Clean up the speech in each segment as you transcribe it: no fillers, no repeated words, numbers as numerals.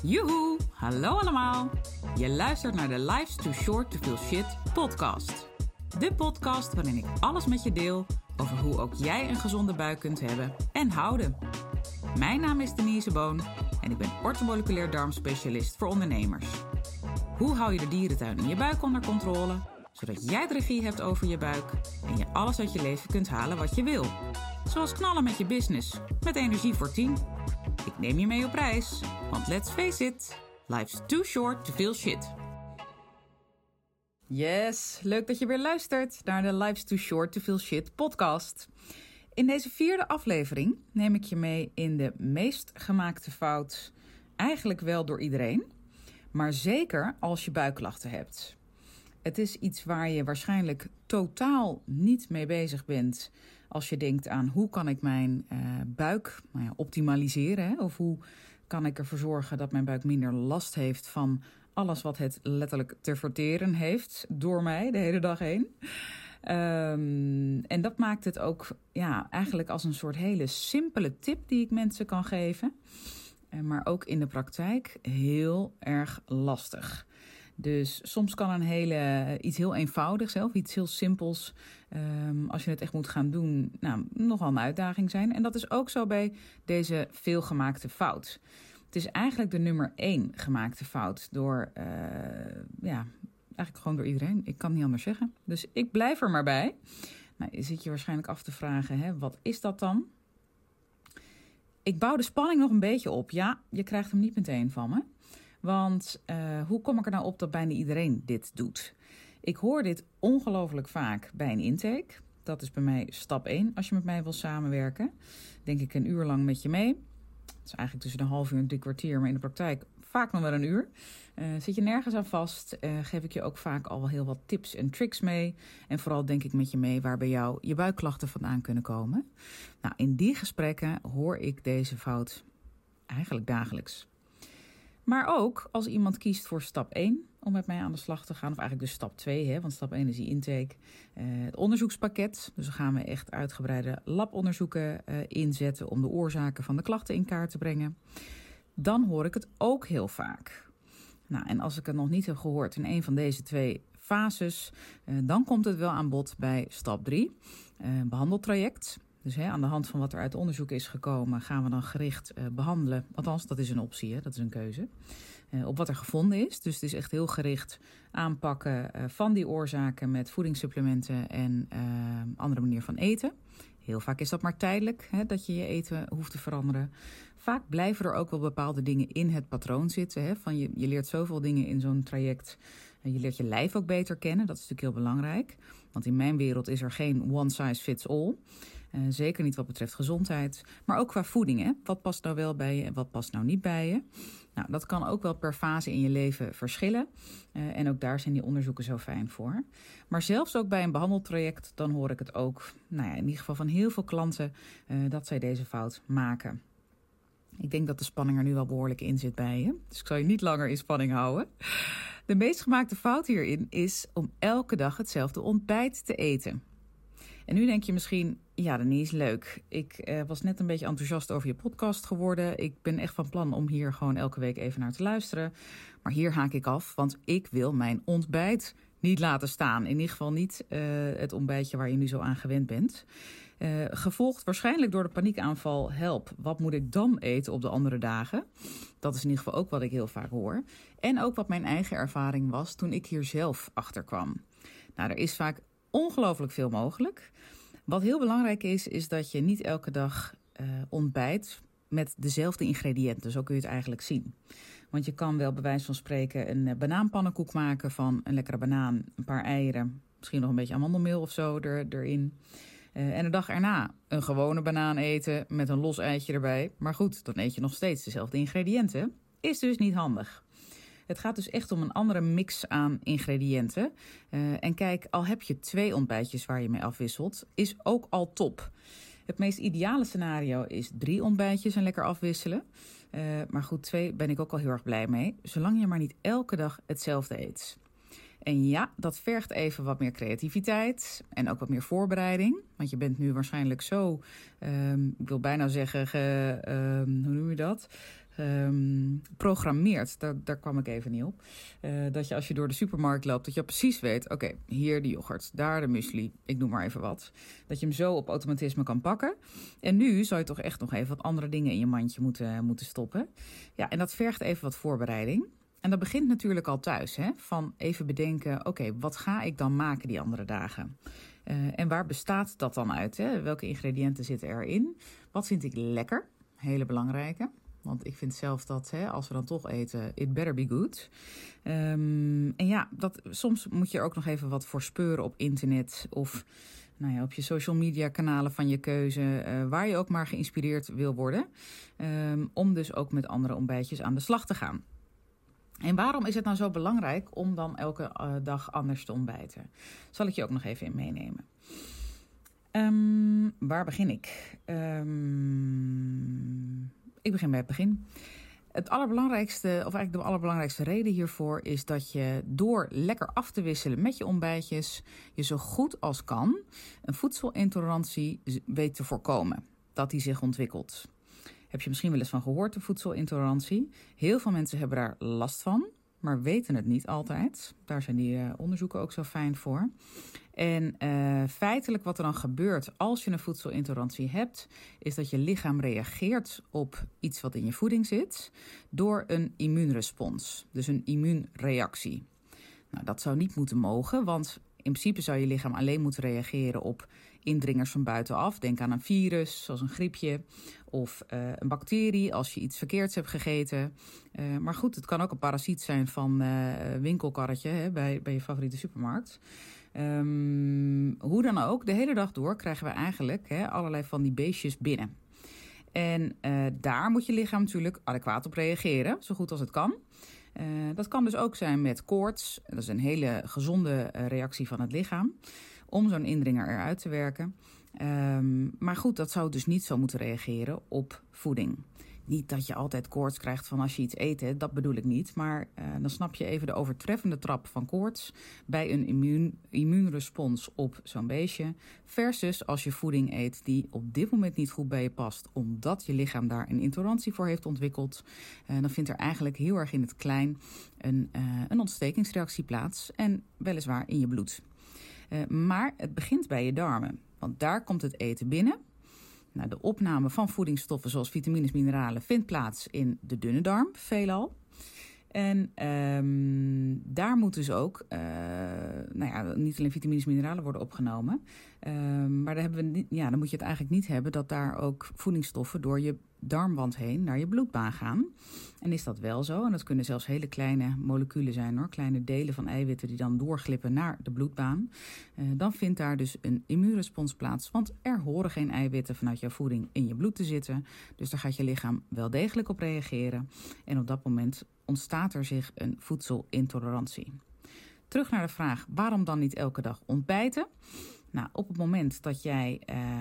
Joehoe, hallo allemaal. Je luistert naar de Life's Too Short to Feel Shit podcast. De podcast waarin ik alles met je deel over hoe ook jij een gezonde buik kunt hebben en houden. Mijn naam is Denise Boon en ik ben orthomoleculair darmspecialist voor ondernemers. Hoe hou je de dierentuin in je buik onder controle, zodat jij de regie hebt over je buik en je alles uit je leven kunt halen wat je wil. Zoals knallen met je business, met energie voor 10. Ik neem je mee op reis, want let's face it, life's too short to feel shit. Yes, leuk dat je weer luistert naar de Life's Too Short to Feel Shit podcast. In deze 4e aflevering neem ik je mee in de meest gemaakte fout, eigenlijk wel door iedereen, maar zeker als je buikklachten hebt. Het is iets waar je waarschijnlijk totaal niet mee bezig bent als je denkt aan hoe kan ik mijn buik optimaliseren. Hè? Of hoe kan ik ervoor zorgen dat mijn buik minder last heeft van alles wat het letterlijk te verteren heeft door mij de hele dag heen. En dat maakt het ook eigenlijk als een soort hele simpele tip die ik mensen kan geven. Maar ook in de praktijk heel erg lastig. Dus soms kan iets heel eenvoudigs, iets heel simpels, als je het echt moet gaan doen, nogal een uitdaging zijn. En dat is ook zo bij deze veelgemaakte fout. Het is eigenlijk de nummer 1 gemaakte fout door, eigenlijk gewoon door iedereen. Ik kan het niet anders zeggen. Dus ik blijf er maar bij. Nou, je zit je waarschijnlijk af te vragen, wat is dat dan? Ik bouw de spanning nog een beetje op. Ja, je krijgt hem niet meteen van me. Want hoe kom ik er nou op dat bijna iedereen dit doet? Ik hoor dit ongelooflijk vaak bij een intake. Dat is bij mij stap 1 als je met mij wil samenwerken. Denk ik een uur lang met je mee. Dat is eigenlijk tussen een half uur en 3 kwartier, maar in de praktijk vaak nog wel een uur. Zit je nergens aan vast, geef ik je ook vaak al wel heel wat tips en tricks mee. En vooral denk ik met je mee waar bij jou je buikklachten vandaan kunnen komen. Nou, in die gesprekken hoor ik deze fout eigenlijk dagelijks. Maar ook als iemand kiest voor stap 1 om met mij aan de slag te gaan. Of eigenlijk dus stap 2, want stap 1 is die intake. Het onderzoekspakket. Dus dan gaan we echt uitgebreide labonderzoeken inzetten om de oorzaken van de klachten in kaart te brengen. Dan hoor ik het ook heel vaak. Nou, en als ik het nog niet heb gehoord in een van deze 2 fases, dan komt het wel aan bod bij stap 3. Behandeltraject. Dus aan de hand van wat er uit onderzoek is gekomen, gaan we dan gericht behandelen. Althans, dat is een optie, dat is een keuze. Op wat er gevonden is. Dus het is echt heel gericht aanpakken van die oorzaken met voedingssupplementen en andere manier van eten. Heel vaak is dat maar tijdelijk, dat je je eten hoeft te veranderen. Vaak blijven er ook wel bepaalde dingen in het patroon zitten. Van je leert zoveel dingen in zo'n traject. Je leert je lijf ook beter kennen. Dat is natuurlijk heel belangrijk. Want in mijn wereld is er geen one size fits all. Zeker niet wat betreft gezondheid. Maar ook qua voeding. Wat past nou wel bij je en wat past nou niet bij je? Nou, dat kan ook wel per fase in je leven verschillen. En ook daar zijn die onderzoeken zo fijn voor. Maar zelfs ook bij een behandeltraject, dan hoor ik het ook, in ieder geval van heel veel klanten, dat zij deze fout maken. Ik denk dat de spanning er nu wel behoorlijk in zit bij je. Dus ik zal je niet langer in spanning houden. De meest gemaakte fout hierin is om elke dag hetzelfde ontbijt te eten. En nu denk je misschien, ja, Denise, leuk. Ik was net een beetje enthousiast over je podcast geworden. Ik ben echt van plan om hier gewoon elke week even naar te luisteren. Maar hier haak ik af, want ik wil mijn ontbijt niet laten staan. In ieder geval niet het ontbijtje waar je nu zo aan gewend bent. Gevolgd waarschijnlijk door de paniekaanval, help, wat moet ik dan eten op de andere dagen? Dat is in ieder geval ook wat ik heel vaak hoor. En ook wat mijn eigen ervaring was toen ik hier zelf achter kwam. Nou, er is vaak ongelooflijk veel mogelijk. Wat heel belangrijk is dat je niet elke dag ontbijt met dezelfde ingrediënten. Zo kun je het eigenlijk zien. Want je kan wel bij wijze van spreken een banaanpannenkoek maken van een lekkere banaan, een paar eieren, misschien nog een beetje amandelmeel of zo erin. En de dag erna een gewone banaan eten met een los eitje erbij. Maar goed, dan eet je nog steeds dezelfde ingrediënten. Is dus niet handig. Het gaat dus echt om een andere mix aan ingrediënten. En kijk, al heb je 2 ontbijtjes waar je mee afwisselt, is ook al top. Het meest ideale scenario is 3 ontbijtjes en lekker afwisselen. Maar goed, 2 ben ik ook al heel erg blij mee. Zolang je maar niet elke dag hetzelfde eet. En ja, dat vergt even wat meer creativiteit en ook wat meer voorbereiding. Want je bent nu waarschijnlijk zo, ik wil bijna zeggen, hoe noem je dat? programmeert. Daar kwam ik even niet op. Dat je als je door de supermarkt loopt, dat je precies weet, oké, hier de yoghurt, daar de muesli, ik noem maar even wat. Dat je hem zo op automatisme kan pakken. En nu zou je toch echt nog even wat andere dingen in je mandje moeten stoppen. Ja, en dat vergt even wat voorbereiding. En dat begint natuurlijk al thuis, hè? Van even bedenken, oké, wat ga ik dan maken die andere dagen? En waar bestaat dat dan uit? Hè? Welke ingrediënten zitten erin? Wat vind ik lekker? Hele belangrijke. Want ik vind zelf dat, als we dan toch eten, it better be good. En ja, soms moet je er ook nog even wat voor speuren op internet of op je social media kanalen van je keuze, waar je ook maar geïnspireerd wil worden. Om dus ook met andere ontbijtjes aan de slag te gaan. En waarom is het nou zo belangrijk om dan elke dag anders te ontbijten? Zal ik je ook nog even in meenemen. Waar begin ik? Ik begin bij het begin. Het allerbelangrijkste, of eigenlijk de allerbelangrijkste reden hiervoor is dat je door lekker af te wisselen met je ontbijtjes je zo goed als kan een voedselintolerantie weet te voorkomen. Dat die zich ontwikkelt. Heb je misschien wel eens van gehoord, de voedselintolerantie? Heel veel mensen hebben daar last van, maar weten het niet altijd. Daar zijn die onderzoeken ook zo fijn voor. En feitelijk wat er dan gebeurt als je een voedselintolerantie hebt, is dat je lichaam reageert op iets wat in je voeding zit door een immuunrespons. Dus een immuunreactie. Nou, dat zou niet moeten mogen, want in principe zou je lichaam alleen moeten reageren op indringers van buitenaf. Denk aan een virus, zoals een griepje, of een bacterie als je iets verkeerds hebt gegeten. Maar goed, het kan ook een parasiet zijn van winkelkarretje bij je favoriete supermarkt. Hoe dan ook, de hele dag door krijgen we eigenlijk allerlei van die beestjes binnen. En daar moet je lichaam natuurlijk adequaat op reageren, zo goed als het kan. Dat kan dus ook zijn met koorts. Dat is een hele gezonde reactie van het lichaam om zo'n indringer eruit te werken. Maar goed, dat zou dus niet zo moeten reageren op voeding. Niet dat je altijd koorts krijgt van als je iets eet, dat bedoel ik niet. Maar dan snap je even de overtreffende trap van koorts bij een immuunrespons op zo'n beestje. Versus als je voeding eet die op dit moment niet goed bij je past, omdat je lichaam daar een intolerantie voor heeft ontwikkeld. Dan vindt er eigenlijk heel erg in het klein een ontstekingsreactie plaats. En weliswaar in je bloed. Maar het begint bij je darmen. Want daar komt het eten binnen. Nou, de opname van voedingsstoffen zoals vitamines, mineralen vindt plaats in de dunne darm, veelal. En daar moet dus ook niet alleen vitamines en mineralen worden opgenomen. Maar dan moet je het eigenlijk niet hebben dat daar ook voedingsstoffen door je darmwand heen naar je bloedbaan gaan. En is dat wel zo? En dat kunnen zelfs hele kleine moleculen zijn hoor. Kleine delen van eiwitten die dan doorglippen naar de bloedbaan. Dan vindt daar dus een immuunrespons plaats. Want er horen geen eiwitten vanuit jouw voeding in je bloed te zitten. Dus daar gaat je lichaam wel degelijk op reageren. En op dat moment ontstaat er zich een voedselintolerantie. Terug naar de vraag, waarom dan niet elke dag ontbijten? Nou, op het moment dat jij...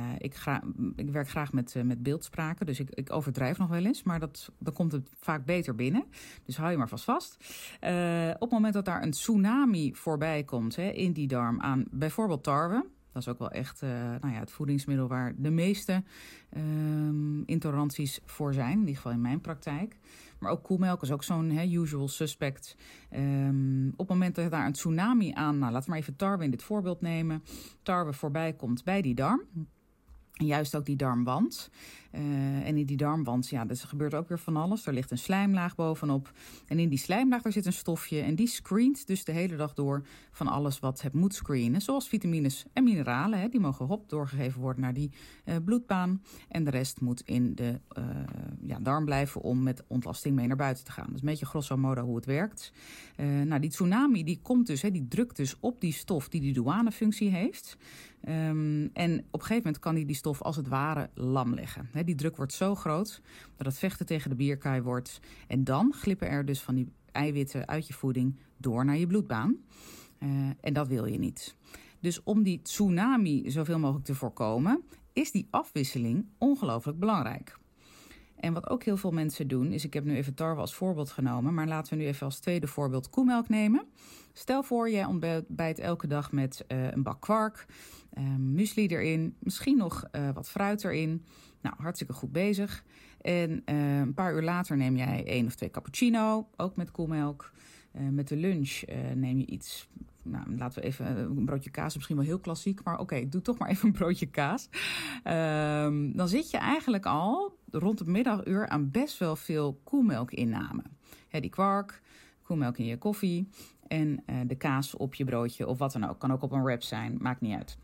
Ik werk graag met beeldspraken, dus ik overdrijf nog wel eens. Maar dan komt het vaak beter binnen. Dus hou je maar vast. Op het moment dat daar een tsunami voorbij komt in die darm aan bijvoorbeeld tarwe. Dat is ook wel echt het voedingsmiddel waar de meeste intoleranties voor zijn. In ieder geval in mijn praktijk. Maar ook koemelk is ook zo'n usual suspect. Op het moment dat daar een tsunami aan... Nou, laten we maar even tarwe in dit voorbeeld nemen. Tarwe voorbij komt bij die darm. En juist ook die darmwand. En in die darmwand, er gebeurt ook weer van alles. Er ligt een slijmlaag bovenop. En in die slijmlaag daar zit een stofje. En die screent dus de hele dag door van alles wat het moet screenen. Zoals vitamines en mineralen. Die mogen doorgegeven worden naar die bloedbaan. En de rest moet in de darm blijven om met ontlasting mee naar buiten te gaan. Dat is een beetje grosso modo hoe het werkt. Die tsunami die komt dus, die drukt dus op die stof die douanefunctie heeft. En op een gegeven moment kan die stof als het ware lam leggen. Die druk wordt zo groot dat het vechten tegen de bierkaai wordt. En dan glippen er dus van die eiwitten uit je voeding door naar je bloedbaan. En dat wil je niet. Dus om die tsunami zoveel mogelijk te voorkomen, is die afwisseling ongelooflijk belangrijk. En wat ook heel veel mensen doen, is, ik heb nu even tarwe als voorbeeld genomen, maar laten we nu even als tweede voorbeeld koemelk nemen. Stel voor, jij ontbijt elke dag met een bak kwark, muesli erin, misschien nog wat fruit erin. Nou, hartstikke goed bezig. En een paar uur later neem jij 1 of 2 cappuccino, ook met koemelk. Met de lunch neem je iets, nou, laten we even, een broodje kaas is misschien wel heel klassiek, maar oké, doe toch maar even een broodje kaas. Dan zit je eigenlijk al rond het middaguur aan best wel veel koemelkinname. Die kwark, koemelk in je koffie en de kaas op je broodje of wat dan ook. Kan ook op een wrap zijn, maakt niet uit.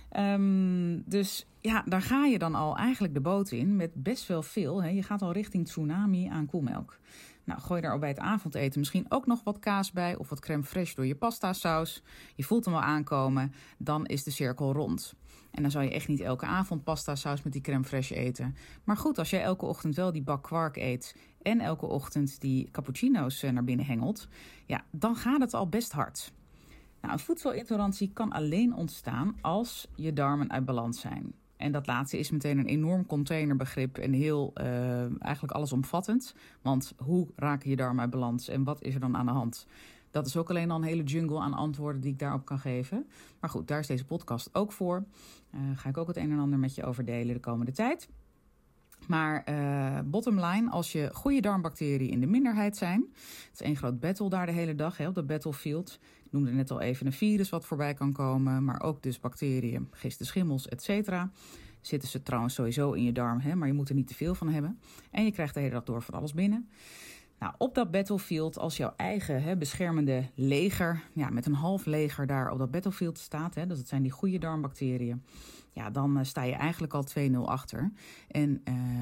Dus ja, daar ga je dan al eigenlijk de boot in met best wel veel. Je gaat al richting tsunami aan koemelk. Nou, gooi daar al bij het avondeten misschien ook nog wat kaas bij of wat crème fraîche door je pasta saus. Je voelt hem al aankomen, dan is de cirkel rond. En dan zou je echt niet elke avond pasta saus met die crème fraîche eten. Maar goed, als jij elke ochtend wel die bak kwark eet en elke ochtend die cappuccino's naar binnen hengelt, ja, dan gaat het al best hard. Nou, een voedselintolerantie kan alleen ontstaan als je darmen uit balans zijn. En dat laatste is meteen een enorm containerbegrip en heel eigenlijk allesomvattend. Want hoe raken je darmen uit balans en wat is er dan aan de hand? Dat is ook alleen al een hele jungle aan antwoorden die ik daarop kan geven. Maar goed, daar is deze podcast ook voor. Ga ik ook het een en ander met je over delen de komende tijd. Maar bottom line, als je goede darmbacteriën in de minderheid zijn, het is één groot battle daar de hele dag, op dat battlefield. Ik noemde net al even een virus wat voorbij kan komen, maar ook dus bacteriën, gisten, schimmels, et cetera. Zitten ze trouwens sowieso in je darm, maar je moet er niet te veel van hebben. En je krijgt de hele dag door van alles binnen. Nou, op dat battlefield, als jouw eigen beschermende leger, ja, met een half leger daar op dat battlefield staat, dus dat zijn die goede darmbacteriën, ja, dan sta je eigenlijk al 2-0 achter. En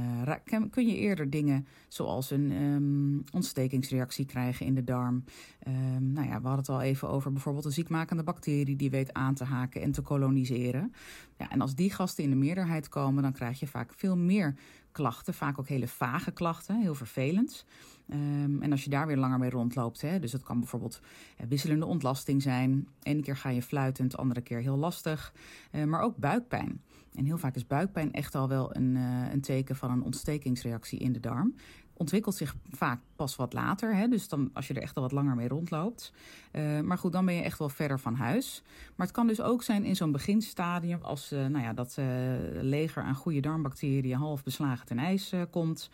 kun je eerder dingen zoals een ontstekingsreactie krijgen in de darm. Nou ja, we hadden het al even over bijvoorbeeld een ziekmakende bacterie die weet aan te haken en te koloniseren. Ja, en als die gasten in de meerderheid komen, dan krijg je vaak veel meer klachten, vaak ook hele vage klachten, heel vervelend. En als je daar weer langer mee rondloopt, dus het kan bijvoorbeeld wisselende ontlasting zijn. Ene keer ga je fluitend, andere keer heel lastig. Maar ook buikpijn. En heel vaak is buikpijn echt al wel een teken van een ontstekingsreactie in de darm. Ontwikkelt zich vaak pas wat later, dus dan als je er echt al wat langer mee rondloopt. Maar goed, dan ben je echt wel verder van huis. Maar het kan dus ook zijn in zo'n beginstadium, als dat leger aan goede darmbacteriën half beslagen ten ijs komt,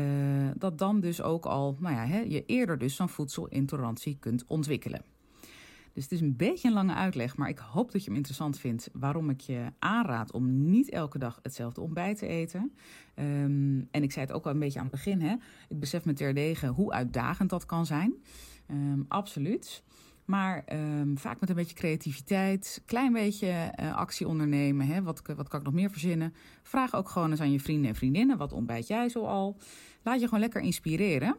dat dan dus ook al je eerder dus zo'n voedselintolerantie kunt ontwikkelen. Dus het is een beetje een lange uitleg, maar ik hoop dat je hem interessant vindt waarom ik je aanraad om niet elke dag hetzelfde ontbijt te eten. En ik zei het ook al een beetje aan het begin, ik besef me terdege hoe uitdagend dat kan zijn. Absoluut. Maar vaak met een beetje creativiteit, klein beetje actie ondernemen. Wat kan ik nog meer verzinnen? Vraag ook gewoon eens aan je vrienden en vriendinnen, wat ontbijt jij zo al? Laat je gewoon lekker inspireren.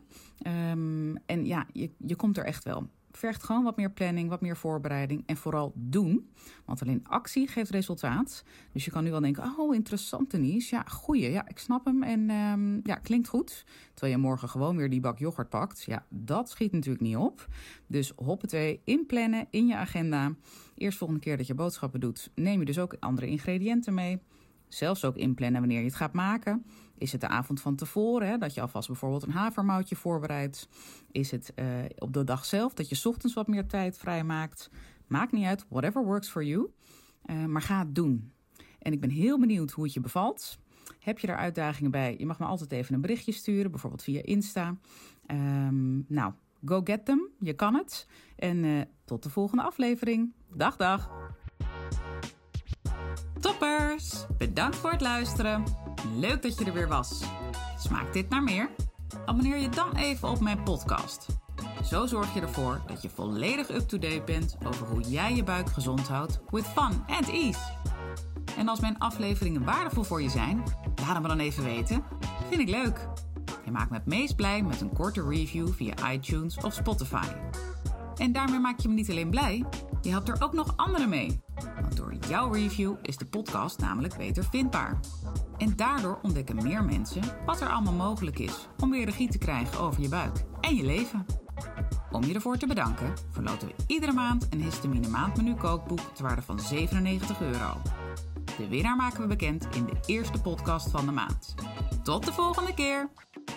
En ja, je komt er echt wel. Vergt gewoon wat meer planning, wat meer voorbereiding en vooral doen. Want alleen actie geeft resultaat. Dus je kan nu wel denken, oh interessant Denise. Ja, goeie, ja, ik snap hem en klinkt goed. Terwijl je morgen gewoon weer die bak yoghurt pakt. Ja, dat schiet natuurlijk niet op. Dus hoppatee, inplannen in je agenda. Eerst volgende keer dat je boodschappen doet, neem je dus ook andere ingrediënten mee. Zelfs ook inplannen wanneer je het gaat maken. Is het de avond van tevoren, dat je alvast bijvoorbeeld een havermoutje voorbereidt? Is het op de dag zelf dat je 's ochtends wat meer tijd vrijmaakt? Maakt niet uit, whatever works for you. Maar ga het doen. En ik ben heel benieuwd hoe het je bevalt. Heb je er uitdagingen bij? Je mag me altijd even een berichtje sturen, bijvoorbeeld via Insta. Go get them. Je kan het. En tot de volgende aflevering. Dag, dag. Toppers! Bedankt voor het luisteren. Leuk dat je er weer was. Smaakt dit naar meer? Abonneer je dan even op mijn podcast. Zo zorg je ervoor dat je volledig up-to-date bent over hoe jij je buik gezond houdt with fun and ease. En als mijn afleveringen waardevol voor je zijn, laat het me dan even weten. Vind ik leuk. Je maakt me het meest blij met een korte review via iTunes of Spotify. En daarmee maak je me niet alleen blij, je helpt er ook nog anderen mee. Want door jouw review is de podcast namelijk beter vindbaar. En daardoor ontdekken meer mensen wat er allemaal mogelijk is om weer regie te krijgen over je buik en je leven. Om je ervoor te bedanken, verloten we iedere maand een Histamine maandmenu kookboek ter waarde van €97. De winnaar maken we bekend in de eerste podcast van de maand. Tot de volgende keer!